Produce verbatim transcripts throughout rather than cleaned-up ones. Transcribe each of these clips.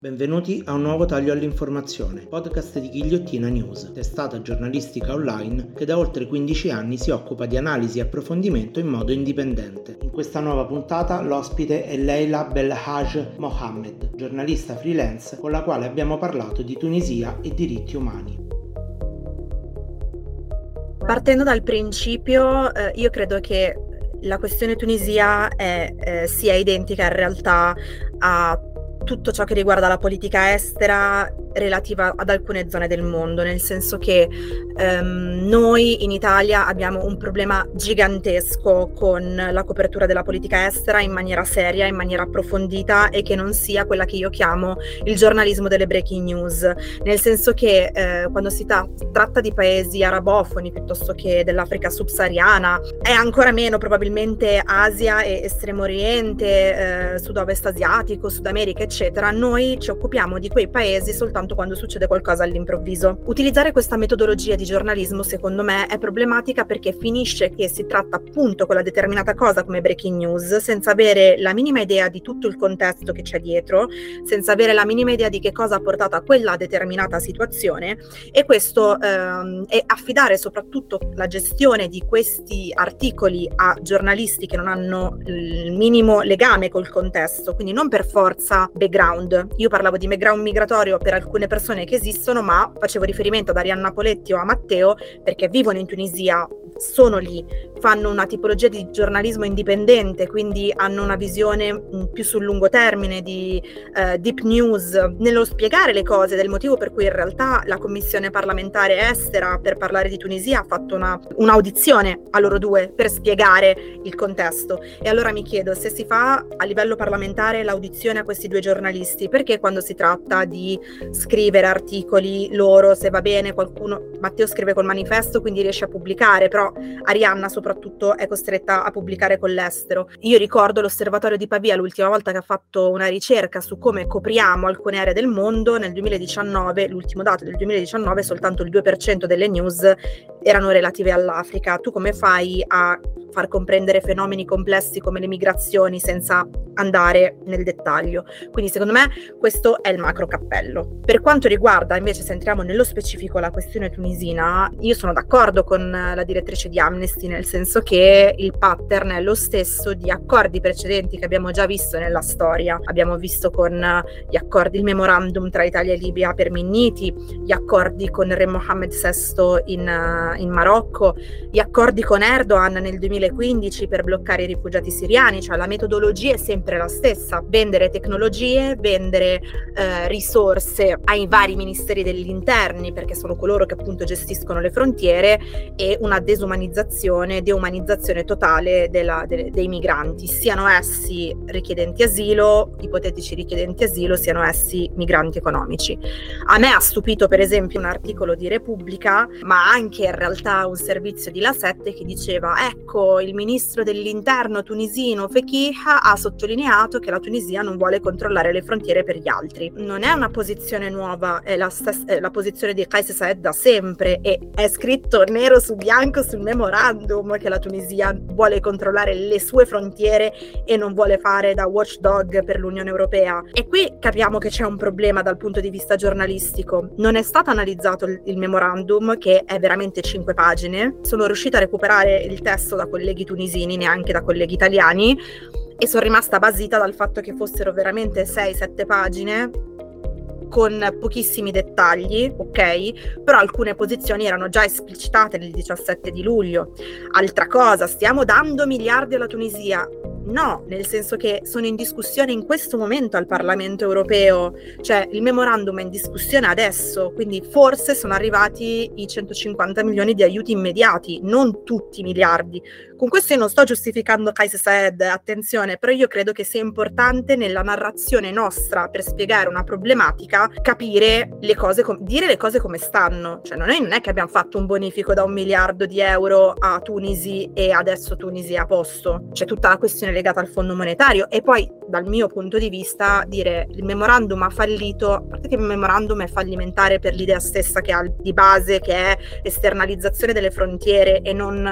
Benvenuti a un nuovo taglio all'informazione, podcast di Ghigliottina News, testata giornalistica online che da oltre quindici anni si occupa di analisi e approfondimento in modo indipendente. In questa nuova puntata l'ospite è Leila Belhaj Mohammed, giornalista freelance con la quale abbiamo parlato di Tunisia e diritti umani. Partendo dal principio, eh, io credo che la questione Tunisia è, eh, sia identica in realtà a tutto ciò che riguarda la politica estera relativa ad alcune zone del mondo, nel senso che ehm, noi in Italia abbiamo un problema gigantesco con la copertura della politica estera in maniera seria, in maniera approfondita e che non sia quella che io chiamo il giornalismo delle breaking news, nel senso che eh, quando si ta- tratta di paesi arabofoni piuttosto che dell'Africa subsahariana, è ancora meno probabilmente Asia e Estremo Oriente, eh, Sud-Ovest asiatico, Sud America eccetera, noi ci occupiamo di quei paesi soltanto quando succede qualcosa all'improvviso. Utilizzare questa metodologia di giornalismo secondo me è problematica perché finisce che si tratta appunto quella determinata cosa come breaking news senza avere la minima idea di tutto il contesto che c'è dietro, senza avere la minima idea di che cosa ha portato a quella determinata situazione, e questo ehm, è affidare soprattutto la gestione di questi articoli a giornalisti che non hanno il minimo legame col contesto, quindi non per forza background. Io parlavo di background migratorio per alcune persone che esistono, ma facevo riferimento ad Arianna Poletti o a Matteo perché vivono in Tunisia, sono lì, fanno una tipologia di giornalismo indipendente, quindi hanno una visione più sul lungo termine di uh, deep news, nello spiegare le cose, del motivo per cui in realtà la commissione parlamentare estera per parlare di Tunisia ha fatto una, un'audizione a loro due per spiegare il contesto. E allora mi chiedo, se si fa a livello parlamentare l'audizione a questi due giornalisti, perché quando si tratta di scrivere articoli loro, se va bene, qualcuno, Matteo scrive col manifesto quindi riesce a pubblicare, però Arianna soprattutto è costretta a pubblicare con l'estero. Io ricordo l'Osservatorio di Pavia l'ultima volta che ha fatto una ricerca su come copriamo alcune aree del mondo, nel duemiladiciannove, l'ultimo dato del duemiladiciannove, soltanto il due per cento delle news erano relative all'Africa. Tu come fai a far comprendere fenomeni complessi come le migrazioni senza andare nel dettaglio? Quindi secondo me questo è il macro cappello. Per quanto riguarda invece, se entriamo nello specifico, la questione tunisina, io sono d'accordo con la direttrice di Amnesty, nel senso che il pattern è lo stesso di accordi precedenti che abbiamo già visto nella storia. Abbiamo visto con gli accordi, il memorandum tra Italia e Libia per Minniti, gli accordi con Re Mohammed sesto in, in Marocco, gli accordi con Erdogan nel duemilaquindici per bloccare i rifugiati siriani. Cioè la metodologia è sempre la stessa: vendere tecnologie, vendere eh, risorse ai vari ministeri degli interni, perché sono coloro che appunto gestiscono le frontiere, e una desumanizzazione, deumanizzazione totale della, de, dei migranti, siano essi richiedenti asilo, ipotetici richiedenti asilo, siano essi migranti economici. A me ha stupito per esempio un articolo di Repubblica, ma anche in realtà un servizio di La sette, che diceva: ecco, il ministro dell'interno tunisino Fekih ha sottolineato che la Tunisia non vuole controllare le frontiere per gli altri. Non è una posizione nuova, è la, stessa, è la posizione di Kais Saied da sempre, e è scritto nero su bianco sul memorandum che la Tunisia vuole controllare le sue frontiere e non vuole fare da watchdog per l'Unione Europea. E qui capiamo che c'è un problema dal punto di vista giornalistico. Non è stato analizzato il, il memorandum, che è veramente cinque pagine. Sono riuscita a recuperare il testo da colleghi tunisini, neanche da colleghi italiani, e sono rimasta basita dal fatto che fossero veramente sei sette pagine con pochissimi dettagli, ok? Però alcune posizioni erano già esplicitate nel diciassette di luglio. Altra cosa, stiamo dando miliardi alla Tunisia? No, nel senso che sono in discussione in questo momento al Parlamento europeo, cioè il memorandum è in discussione adesso, quindi forse sono arrivati i centocinquanta milioni di aiuti immediati, non tutti i miliardi. Con questo io non sto giustificando Kais Saied, attenzione, però io credo che sia importante nella narrazione nostra per spiegare una problematica capire le cose, com- dire le cose come stanno. Cioè noi non è che abbiamo fatto un bonifico da un miliardo di euro a Tunisi e adesso Tunisi è a posto. C'è tutta la questione legata al fondo monetario, e poi dal mio punto di vista dire il memorandum ha fallito, a parte che il memorandum è fallimentare per l'idea stessa che ha di base, che è esternalizzazione delle frontiere e non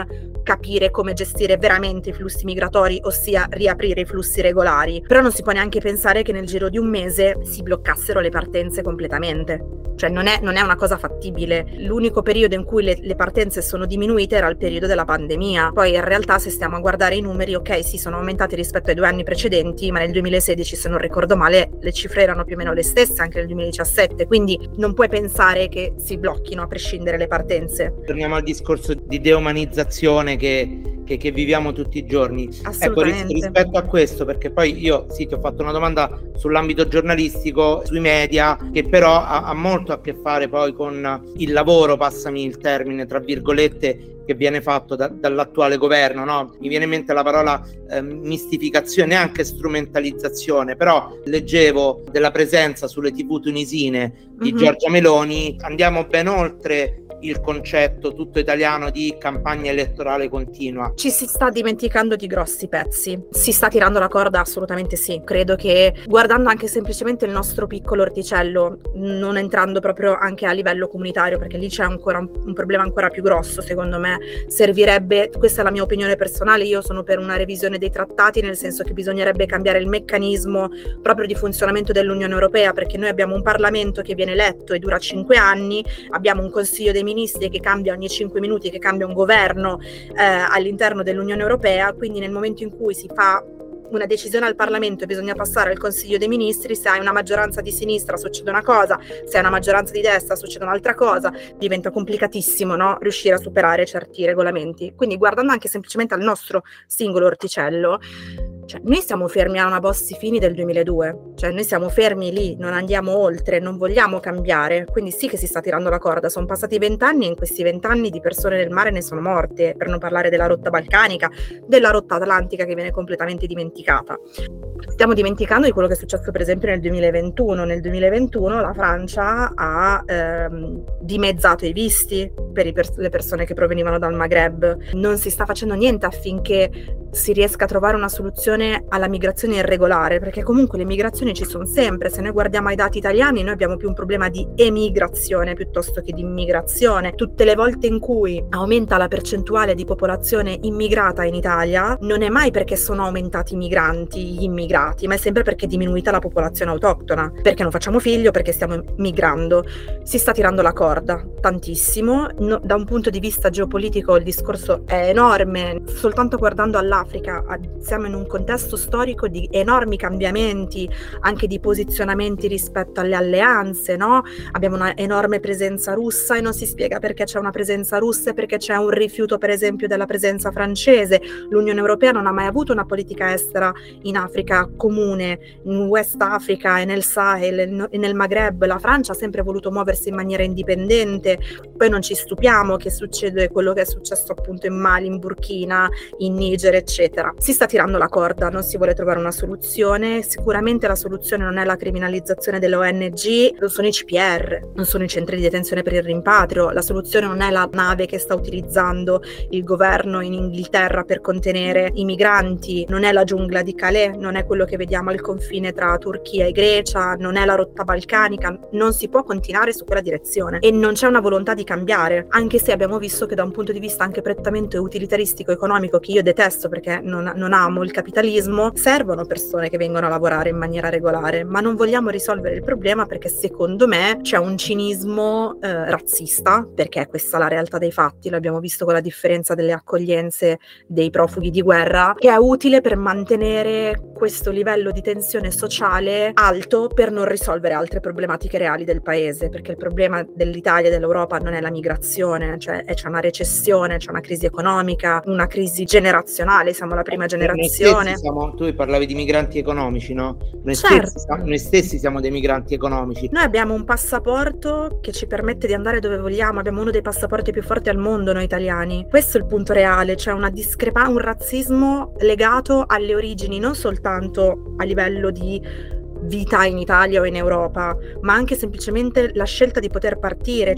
capire come gestire veramente i flussi migratori, ossia riaprire i flussi regolari. Però non si può neanche pensare che nel giro di un mese si bloccassero le partenze completamente. Cioè non è, non è una cosa fattibile. L'unico periodo in cui le, le partenze sono diminuite era il periodo della pandemia. Poi in realtà, se stiamo a guardare i numeri, ok, sì, sono aumentati rispetto ai due anni precedenti, ma nel duemilasedici, se non ricordo male, le cifre erano più o meno le stesse anche nel duemiladiciassette, quindi non puoi pensare che si blocchino a prescindere le partenze. Torniamo al discorso di deumanizzazione che, che, che viviamo tutti i giorni. Ecco, ris- rispetto a questo, perché poi io sì, ti ho fatto una domanda sull'ambito giornalistico, sui media, che però ha, ha molto a che fare poi con il lavoro, passami il termine, tra virgolette, che viene fatto da, dall'attuale governo, no? Mi viene in mente la parola eh, mistificazione, neanche strumentalizzazione, però leggevo della presenza sulle tivù tunisine di mm-hmm. Giorgia Meloni. Andiamo ben oltre il concetto tutto italiano di campagna elettorale continua. Ci si sta dimenticando di grossi pezzi, si sta tirando la corda, assolutamente sì. Credo che, guardando anche semplicemente il nostro piccolo orticello, non entrando proprio anche a livello comunitario, perché lì c'è ancora un, un problema ancora più grosso, secondo me servirebbe, questa è la mia opinione personale, io sono per una revisione dei trattati, nel senso che bisognerebbe cambiare il meccanismo proprio di funzionamento dell'Unione Europea, perché noi abbiamo un Parlamento che viene eletto e dura cinque anni, abbiamo un Consiglio dei Ministri che cambia ogni cinque minuti, che cambia un governo eh, all'interno dell'Unione Europea, quindi nel momento in cui si fa una decisione al Parlamento e bisogna passare al Consiglio dei Ministri, se hai una maggioranza di sinistra succede una cosa, se hai una maggioranza di destra succede un'altra cosa, diventa complicatissimo, no? Riuscire a superare certi regolamenti. Quindi, guardando anche semplicemente al nostro singolo orticello, cioè, noi siamo fermi a una Bossi-Fini del duemiladue, cioè noi siamo fermi lì, non andiamo oltre, non vogliamo cambiare, quindi sì che si sta tirando la corda. Sono passati vent'anni e in questi vent'anni di persone nel mare ne sono morte, per non parlare della rotta balcanica, della rotta atlantica che viene completamente dimenticata. Stiamo dimenticando di quello che è successo per esempio nel duemilaventuno. Nel duemilaventuno la Francia ha ehm, dimezzato i visti per i pers- le persone che provenivano dal Maghreb. Non si sta facendo niente affinché si riesca a trovare una soluzione alla migrazione irregolare, perché comunque le migrazioni ci sono sempre. Se noi guardiamo ai dati italiani, noi abbiamo più un problema di emigrazione piuttosto che di immigrazione. Tutte le volte in cui aumenta la percentuale di popolazione immigrata in Italia, non è mai perché sono aumentati i migranti, gli immigrati, ma è sempre perché è diminuita la popolazione autoctona, perché non facciamo figli o perché stiamo migrando. Si sta tirando la corda tantissimo. No, da un punto di vista geopolitico il discorso è enorme. Soltanto guardando all'Africa, siamo in un contesto storico di enormi cambiamenti, anche di posizionamenti rispetto alle alleanze, no? Abbiamo una enorme presenza russa e non si spiega perché c'è una presenza russa e perché c'è un rifiuto per esempio della presenza francese. L'Unione Europea non ha mai avuto una politica estera in Africa comune, in West Africa e nel Sahel e nel Maghreb. La Francia ha sempre voluto muoversi in maniera indipendente. Poi non ci stupiamo che succede quello che è successo appunto in Mali, in Burkina, in Niger, eccetera. Si sta tirando la corda, non si vuole trovare una soluzione. Sicuramente la soluzione non è la criminalizzazione delle O N G, non sono i C P R, non sono i centri di detenzione per il rimpatrio. La soluzione non è la nave che sta utilizzando il governo in Inghilterra per contenere i migranti, non è la giungla di Calais, non è quello che vediamo al confine tra Turchia e Grecia, non è la rotta balcanica. Non si può continuare su quella direzione e non c'è una volontà di cambiare, anche se abbiamo visto che da un punto di vista anche prettamente utilitaristico economico, che io detesto perché non, non amo il capitalismo, servono persone che vengono a lavorare in maniera regolare, ma non vogliamo risolvere il problema perché secondo me c'è un cinismo eh, razzista, perché questa è la realtà dei fatti, l'abbiamo visto con la differenza delle accoglienze dei profughi di guerra, che è utile per mantenere questo livello di tensione sociale alto per non risolvere altre problematiche reali del paese, perché il problema dell'Italia e dell'Europa non è la migrazione, cioè c'è una recessione, c'è una crisi economica, una crisi generazionale, siamo la prima generazione. Noi siamo, tu parlavi di migranti economici, no? Noi, certo. stessi, noi stessi siamo dei migranti economici. Noi abbiamo un passaporto che ci permette di andare dove vogliamo, abbiamo uno dei passaporti più forti al mondo noi italiani. Questo è il punto reale, c'è una discrepanza, un razzismo legato alle origini, non soltanto a livello di vita in Italia o in Europa, ma anche semplicemente la scelta di poter partire, cioè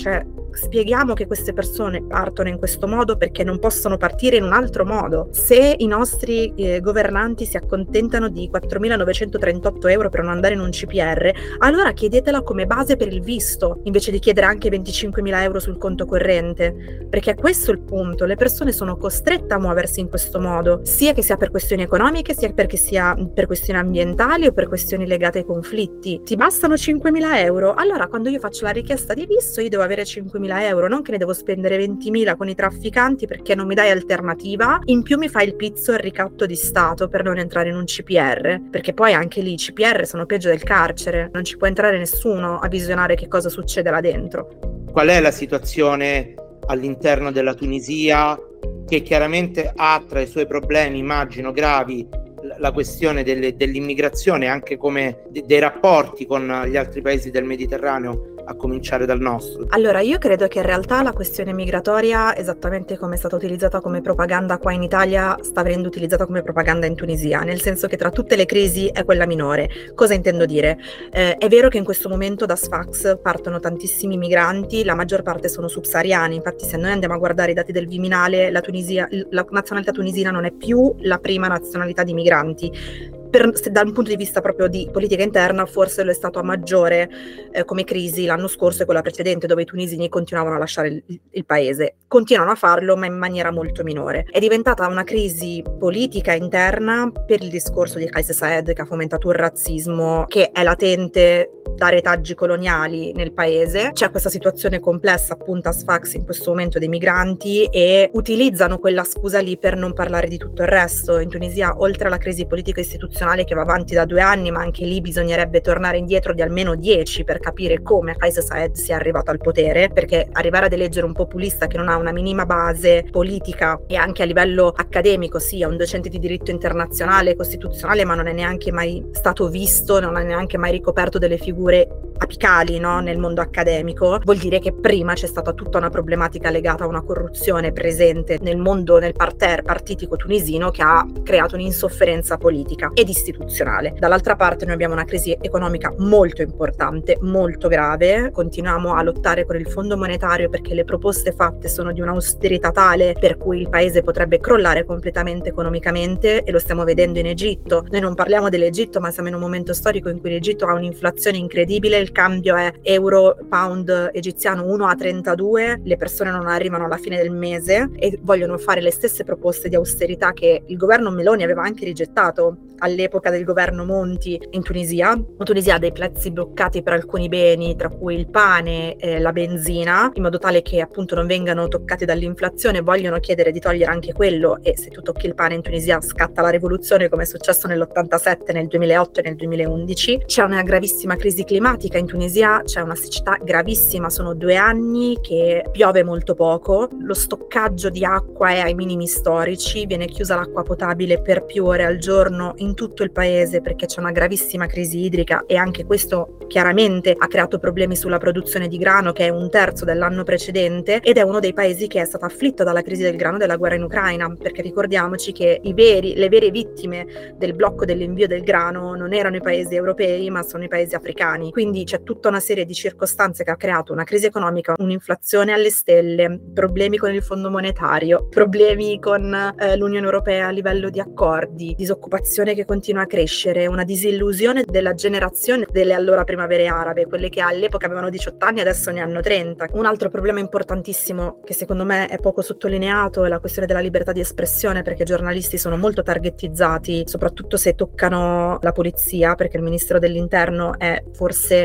spieghiamo che queste persone partono in questo modo perché non possono partire in un altro modo. Se i nostri eh, governanti si accontentano di quattromilanovecentotrentuotto euro per non andare in un C P R, allora chiedetela come base per il visto, invece di chiedere anche venticinquemila euro sul conto corrente, perché questo è il punto. Le persone sono costrette a muoversi in questo modo, sia che sia per questioni economiche, sia perché sia per questioni ambientali o per questioni legate ai conflitti. Ti bastano cinquemila euro? Allora quando io faccio la richiesta di visto io devo avere cinquemila euro, non che ne devo spendere ventimila con i trafficanti perché non mi dai alternativa, in più mi fai il pizzo e il ricatto di Stato per non entrare in un C P R, perché poi anche lì i C P R sono peggio del carcere, non ci può entrare nessuno a visionare che cosa succede là dentro. Qual è la situazione all'interno della Tunisia, che chiaramente ha tra i suoi problemi, immagino, gravi, la questione delle, dell'immigrazione, anche come de, dei rapporti con gli altri paesi del Mediterraneo, a cominciare dal nostro? Allora, io credo che in realtà la questione migratoria, esattamente come è stata utilizzata come propaganda qua in Italia, sta venendo utilizzata come propaganda in Tunisia, nel senso che tra tutte le crisi è quella minore. Cosa intendo dire? Eh, è vero che in questo momento da Sfax partono tantissimi migranti, la maggior parte sono subsahariani, infatti se noi andiamo a guardare i dati del Viminale, la, Tunisia, la nazionalità tunisina non è più la prima nazionalità di migranti. Per, se da un punto di vista proprio di politica interna, forse lo è stato a maggiore eh, come crisi l'anno scorso e quella precedente, dove i tunisini continuavano a lasciare il, il paese. Continuano a farlo, ma in maniera molto minore. È diventata una crisi politica interna per il discorso di Kais Saied, che ha fomentato un razzismo che è latente da retaggi coloniali nel paese. C'è questa situazione complessa appunto a Sfax in questo momento dei migranti e utilizzano quella scusa lì per non parlare di tutto il resto. In Tunisia, oltre alla crisi politica istituzionale che va avanti da due anni, ma anche lì bisognerebbe tornare indietro di almeno dieci per capire come Kais Saied sia arrivato al potere, perché arrivare ad eleggere un populista che non ha una minima base politica e anche a livello accademico, sì, è un docente di diritto internazionale, costituzionale, ma non è neanche mai stato visto, non ha neanche mai ricoperto delle figure apicali, no, nel mondo accademico, vuol dire che prima c'è stata tutta una problematica legata a una corruzione presente nel mondo, nel parterre partitico tunisino, che ha creato un'insofferenza politica ed istituzionale. Dall'altra parte noi abbiamo una crisi economica molto importante, molto grave, continuiamo a lottare con il Fondo monetario perché le proposte fatte sono di un'austerità tale per cui il paese potrebbe crollare completamente economicamente, e lo stiamo vedendo in Egitto. Noi non parliamo dell'Egitto, ma siamo in un momento storico in cui l'Egitto ha un'inflazione incredibile, il cambio è euro pound egiziano uno a trentadue, le persone non arrivano alla fine del mese e vogliono fare le stesse proposte di austerità che il governo Meloni aveva anche rigettato all'epoca del governo Monti in Tunisia. In Tunisia ha dei prezzi bloccati per alcuni beni, tra cui il pane e la benzina, in modo tale che appunto non vengano toccati dall'inflazione. Vogliono chiedere di togliere anche quello, e se tu tocchi il pane in Tunisia scatta la rivoluzione, come è successo nell'ottantasette, nel duemilaotto e nel duemilaundici. C'è una gravissima crisi climatica in Tunisia, c'è una siccità gravissima, sono due anni che piove molto poco, lo stoccaggio di acqua è ai minimi storici, viene chiusa l'acqua potabile per più ore al giorno in tutto il paese perché c'è una gravissima crisi idrica, e anche questo chiaramente ha creato problemi sulla produzione di grano, che è un terzo dell'anno precedente, ed è uno dei paesi che è stato afflitto dalla crisi del grano della guerra in Ucraina, perché ricordiamoci che i veri, le vere vittime del blocco dell'invio del grano non erano i paesi europei, ma sono i paesi africani. Quindi c'è tutta una serie di circostanze che ha creato una crisi economica, un'inflazione alle stelle, problemi con il Fondo monetario, problemi con eh, l'Unione Europea a livello di accordi, disoccupazione che continua a crescere, una disillusione della generazione delle allora primavere arabe, quelle che all'epoca avevano diciotto anni, adesso ne hanno trenta. Un altro problema importantissimo che secondo me è poco sottolineato è la questione della libertà di espressione, perché i giornalisti sono molto targettizzati, soprattutto se toccano la polizia, perché il Ministero dell'Interno è forse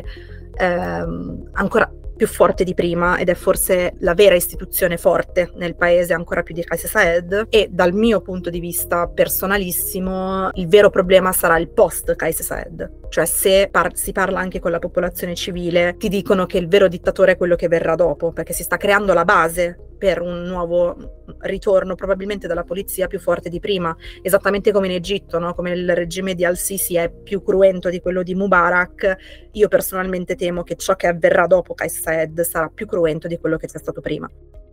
ehm, ancora più forte di prima ed è forse la vera istituzione forte nel paese, ancora più di Kais Saied, e dal mio punto di vista personalissimo il vero problema sarà il post Kais Saied, cioè se par- si parla anche con la popolazione civile ti dicono che il vero dittatore è quello che verrà dopo, perché si sta creando la base per un nuovo ritorno probabilmente della polizia più forte di prima, esattamente come in Egitto, no? Come il regime di Al-Sisi è più cruento di quello di Mubarak. Io personalmente temo che ciò che avverrà dopo Kais Saied sarà più cruento di quello che c'è stato prima.